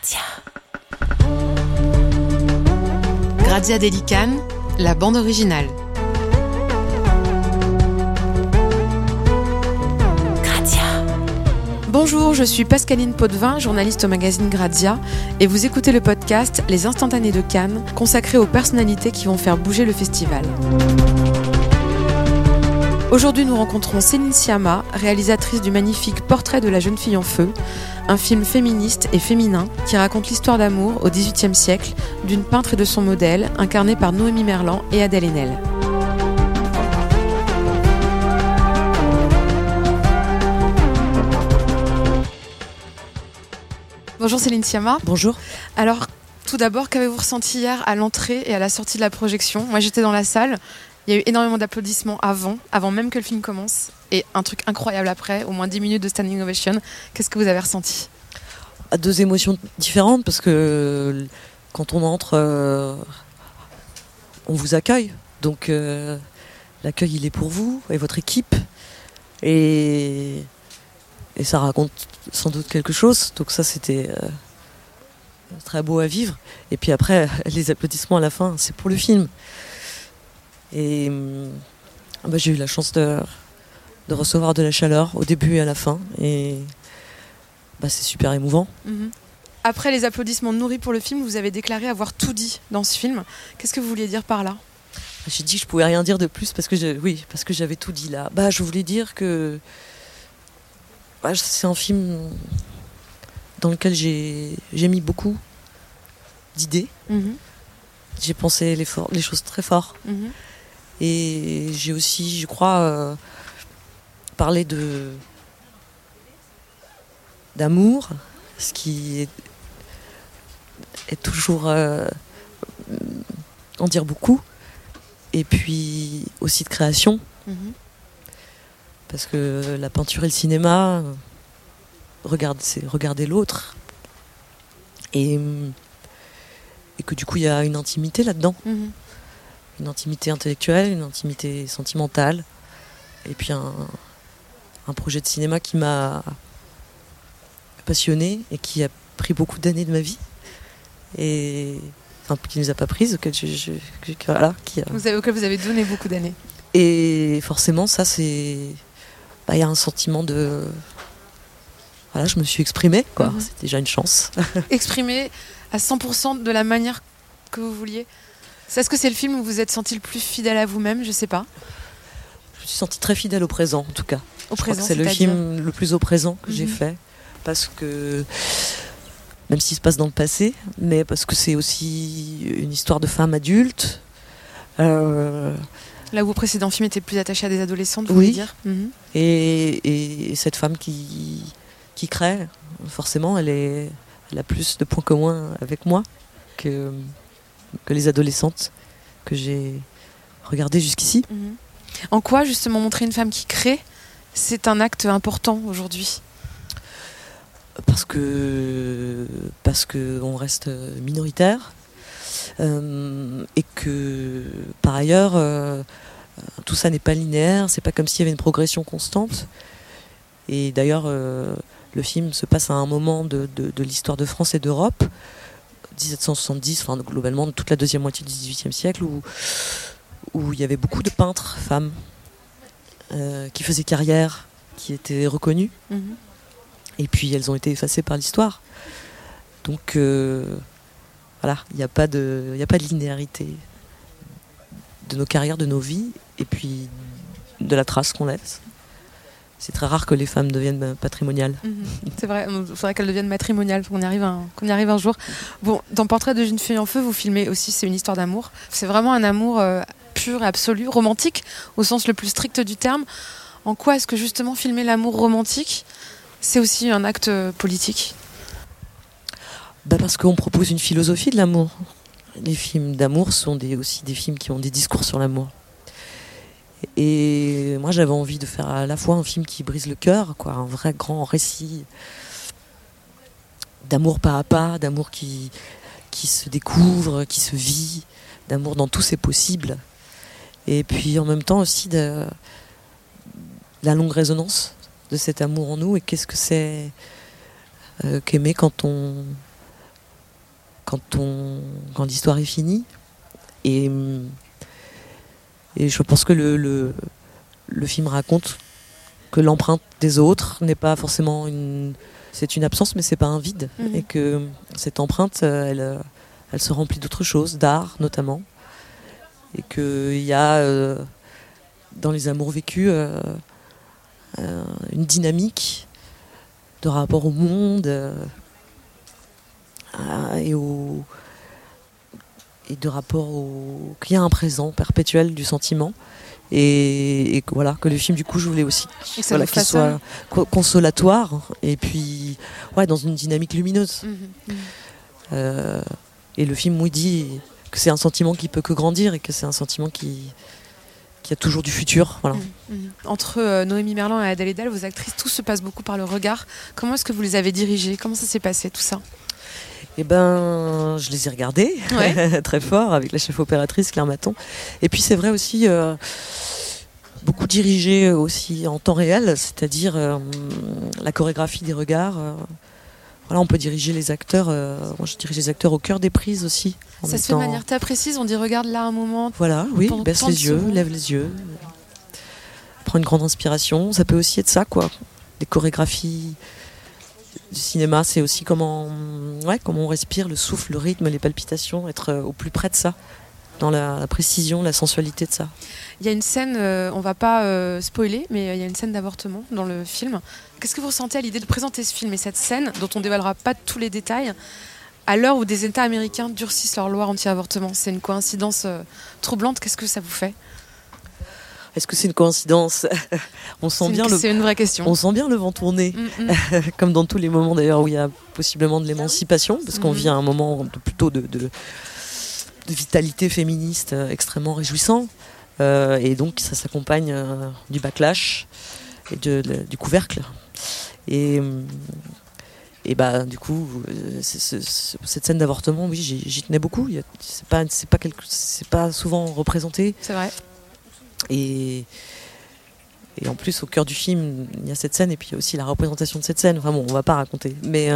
Grazia. Grazia Delican, la bande originale. Grazia. Bonjour, je suis Pascaline Potvin, journaliste au magazine Grazia, et vous écoutez le podcast Les Instantanés de Cannes, consacré aux personnalités qui vont faire bouger le festival. Aujourd'hui, nous rencontrons Céline Sciamma, réalisatrice du magnifique Portrait de la jeune fille en feu, un film féministe et féminin qui raconte l'histoire d'amour au XVIIIe siècle d'une peintre et de son modèle, incarnés par Noémie Merlan et Adèle Haenel. Bonjour Céline Sciamma. Bonjour. Alors, tout d'abord, qu'avez-vous ressenti hier à l'entrée et à la sortie de la projection ? Moi, j'étais dans la salle. Il y a eu énormément d'applaudissements avant même que le film commence, et un truc incroyable après, au moins 10 minutes de standing ovation. Qu'est-ce que vous avez ressenti ? Deux émotions différentes, parce que quand on entre, on vous accueille. Donc l'accueil, il est pour vous et votre équipe. Et ça raconte sans doute quelque chose. Donc ça, c'était très beau à vivre. Et puis après, les applaudissements à la fin, c'est pour le film. Et j'ai eu la chance de recevoir de la chaleur au début et à la fin, et c'est super émouvant. Après les applaudissements nourris pour le film, vous avez déclaré avoir tout dit dans ce film. Qu'est-ce que vous vouliez dire par là ? J'ai dit que je pouvais rien dire de plus parce que j'avais tout dit là. Je voulais dire que c'est un film dans lequel j'ai mis beaucoup d'idées. J'ai pensé les choses très fort. Et j'ai aussi, je crois, parlé d'amour, ce qui est toujours en dire beaucoup, et puis aussi de création, parce que la peinture et le cinéma, c'est regarder l'autre, et que du coup il y a une intimité là-dedans. Une intimité intellectuelle, une intimité sentimentale, et puis un projet de cinéma qui m'a passionnée et qui a pris beaucoup d'années de ma vie, et qui ne nous a pas prises, auquel auquel vous avez donné beaucoup d'années. Et forcément, ça, c'est... y a un sentiment de... je me suis exprimée, quoi. C'est déjà une chance. Exprimée à 100% de la manière que vous vouliez. Est-ce que c'est le film où vous êtes senti le plus fidèle à vous-même ? Je sais pas. Je me suis sentie très fidèle au présent, en tout cas. C'est le film le plus au présent que j'ai fait, parce que, même s'il se passe dans le passé, mais parce que c'est aussi une histoire de femme adulte. Là où vos précédents films étaient plus attachés à des adolescentes, vous voulez dire ? Et cette femme qui crée, forcément, elle a plus de points communs avec moi que les adolescentes que j'ai regardées jusqu'ici. En quoi, justement, montrer une femme qui crée, c'est un acte important aujourd'hui ? Parce que on reste minoritaire, et que, par ailleurs, tout ça n'est pas linéaire, c'est pas comme s'il y avait une progression constante. Et d'ailleurs, le film se passe à un moment de l'histoire de France et d'Europe, 1770, globalement toute la deuxième moitié du XVIIIe siècle, où il y avait beaucoup de peintres femmes qui faisaient carrière, qui étaient reconnues, et puis elles ont été effacées par l'histoire. Donc il n'y a pas de linéarité de nos carrières, de nos vies, et puis de la trace qu'on laisse. C'est très rare que les femmes deviennent patrimoniales. C'est vrai, il faudrait qu'elles deviennent matrimoniales, qu'on y arrive un jour. Bon, dans Portrait de jeune fille en feu, vous filmez aussi, c'est une histoire d'amour. C'est vraiment un amour pur et absolu, romantique, au sens le plus strict du terme. En quoi est-ce que justement filmer l'amour romantique, c'est aussi un acte politique ? Parce qu'on propose une philosophie de l'amour. Les films d'amour sont aussi des films qui ont des discours sur l'amour. Et moi, j'avais envie de faire à la fois un film qui brise le cœur, un vrai grand récit d'amour pas à pas, d'amour qui se découvre, qui se vit, d'amour dans tous ses possibles. Et puis en même temps aussi de la longue résonance de cet amour en nous, et qu'est-ce que c'est qu'aimer quand on quand l'histoire est finie. Et je pense que le film raconte que l'empreinte des autres n'est pas forcément c'est une absence, mais c'est pas un vide. Et que cette empreinte, elle se remplit d'autres choses, d'art notamment. Et qu'il y a dans les amours vécus une dynamique de rapport au monde et de rapport qu'il y a un présent perpétuel du sentiment. Et voilà, que le film, du coup, je voulais aussi qu'il soit consolatoire et puis dans une dynamique lumineuse. Et le film, il dit que c'est un sentiment qui peut que grandir et que c'est un sentiment qui a toujours du futur. Voilà. Entre Noémie Merlan et Adèle Haenel, vos actrices, tout se passe beaucoup par le regard. Comment est-ce que vous les avez dirigées ? Comment ça s'est passé, tout ça ? Eh ben, je les ai regardées très fort avec la chef opératrice Claire Maton. Et puis c'est vrai aussi beaucoup dirigé aussi en temps réel, c'est-à-dire la chorégraphie des regards. Voilà, on peut diriger les acteurs. Moi, je dirige les acteurs au cœur des prises aussi. Ça se fait de manière très précise. On dit regarde là un moment. Voilà, oui, baisse les yeux, lève les yeux, prend une grande inspiration. Ça peut aussi être ça, quoi. Des chorégraphies du cinéma, c'est aussi comment on respire, le souffle, le rythme, les palpitations, être au plus près de ça, dans la précision, la sensualité de ça. Il y a une scène, on va pas spoiler, mais il y a une scène d'avortement dans le film. Qu'est-ce que vous ressentez à l'idée de présenter ce film et cette scène, dont on dévoilera pas tous les détails, à l'heure où des États américains durcissent leur loi anti-avortement ? C'est une coïncidence troublante. Qu'est-ce que ça vous fait ? Est-ce que c'est une coïncidence ? C'est une vraie question. On sent bien le vent tourner, comme dans tous les moments d'ailleurs où il y a possiblement de l'émancipation, parce qu'on vit à un moment plutôt de vitalité féministe extrêmement réjouissant, et donc ça s'accompagne du backlash et du couvercle. Et du coup, cette scène d'avortement, oui, j'y tenais beaucoup. C'est pas souvent représenté. C'est vrai. Et en plus, au cœur du film, il y a cette scène et puis il y a aussi la représentation de cette scène. Enfin bon, on va pas raconter. Mais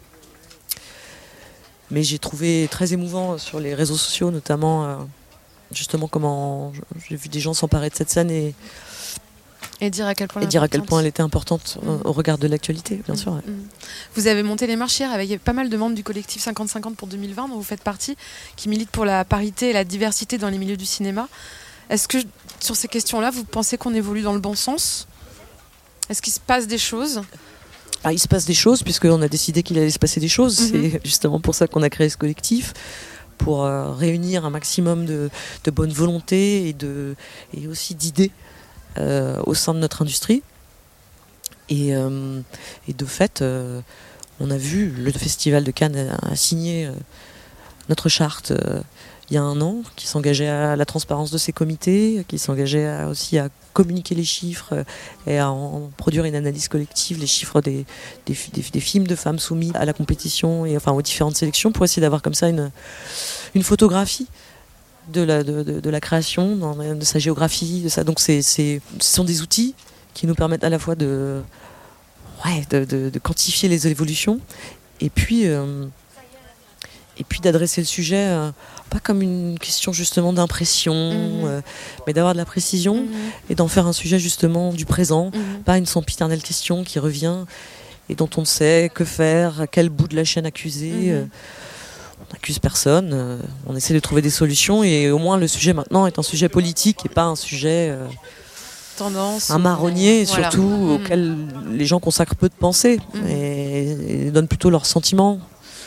j'ai trouvé très émouvant sur les réseaux sociaux, notamment justement comment j'ai vu des gens s'emparer de cette scène et dire à quel point elle était importante au regard de l'actualité, bien sûr. Ouais. Vous avez monté les marches hier avec pas mal de membres du collectif 50-50 pour 2020, dont vous faites partie, qui milite pour la parité et la diversité dans les milieux du cinéma. Est-ce que sur ces questions-là, vous pensez qu'on évolue dans le bon sens ? Est-ce qu'il se passe des choses ? Il se passe des choses, puisqu'on a décidé qu'il allait se passer des choses. C'est justement pour ça qu'on a créé ce collectif, pour réunir un maximum de bonne volonté et aussi d'idées au sein de notre industrie. Et de fait, on a vu, le Festival de Cannes a signé notre charte il y a un an, qui s'engageait à la transparence de ces comités, qui s'engageait aussi à communiquer les chiffres et à en produire une analyse collective, les chiffres des films de femmes soumis à la compétition et aux différentes sélections, pour essayer d'avoir comme ça une photographie de la création, de sa géographie, de ça. Donc ce sont des outils qui nous permettent à la fois de quantifier les évolutions et puis d'adresser le sujet pas comme une question justement d'impression, mais d'avoir de la précision et d'en faire un sujet justement du présent, pas une sempiternelle question qui revient et dont on ne sait que faire, à quel bout de la chaîne accuser. On n'accuse personne, on essaie de trouver des solutions et au moins le sujet maintenant est un sujet politique et pas un sujet tendance, un marronnier surtout auquel les gens consacrent peu de pensée et donnent plutôt leurs sentiments.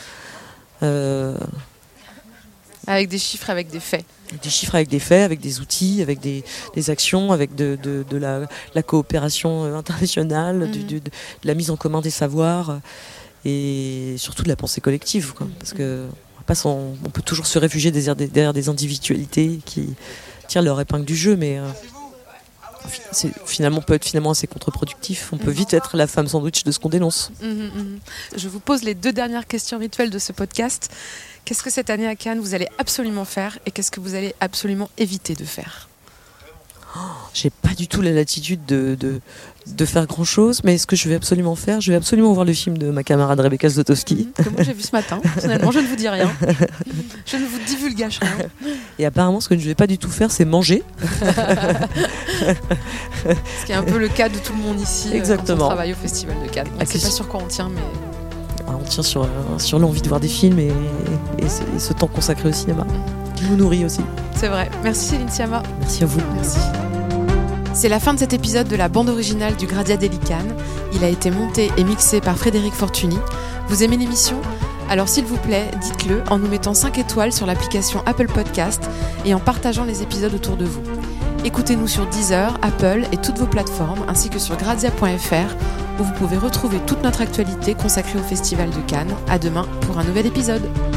Avec des chiffres, avec des faits. Des chiffres avec des faits, avec des outils, avec des actions, avec de la coopération internationale, de la mise en commun des savoirs et surtout de la pensée collective. Parce que on peut toujours se réfugier derrière des individualités qui tirent leur épingle du jeu, mais peut être finalement assez contre-productif. On peut vite être la femme sandwich de ce qu'on dénonce. Je vous pose les 2 dernières questions rituelles de ce podcast. Qu'est-ce que cette année à Cannes vous allez absolument faire et qu'est-ce que vous allez absolument éviter de faire ? j'ai pas du tout la latitude de faire grand chose, mais ce que je vais absolument faire, je vais absolument voir le film de ma camarade Rebecca Zlotowski. Que moi j'ai vu ce matin. Personnellement, je ne vous dis rien. Je ne vous divulgage rien. Et apparemment, ce que je ne vais pas du tout faire, c'est manger. Ce qui est un peu le cas de tout le monde ici. Exactement. Quand on travaille au Festival de Cannes. On ne sait pas sur quoi on tient, mais... On tient sur l'envie de voir des films et ce temps consacré au cinéma, qui nous nourrit aussi. C'est vrai. Merci Céline Sciamma. Merci à vous. Merci. C'est la fin de cet épisode de la bande originale du Gradia degli Cannes. Il a été monté et mixé par Frédéric Fortuny. Vous aimez l'émission ? Alors s'il vous plaît, dites-le en nous mettant 5 étoiles sur l'application Apple Podcast et en partageant les épisodes autour de vous. Écoutez-nous sur Deezer, Apple et toutes vos plateformes, ainsi que sur grazia.fr, où vous pouvez retrouver toute notre actualité consacrée au Festival de Cannes. À demain pour un nouvel épisode.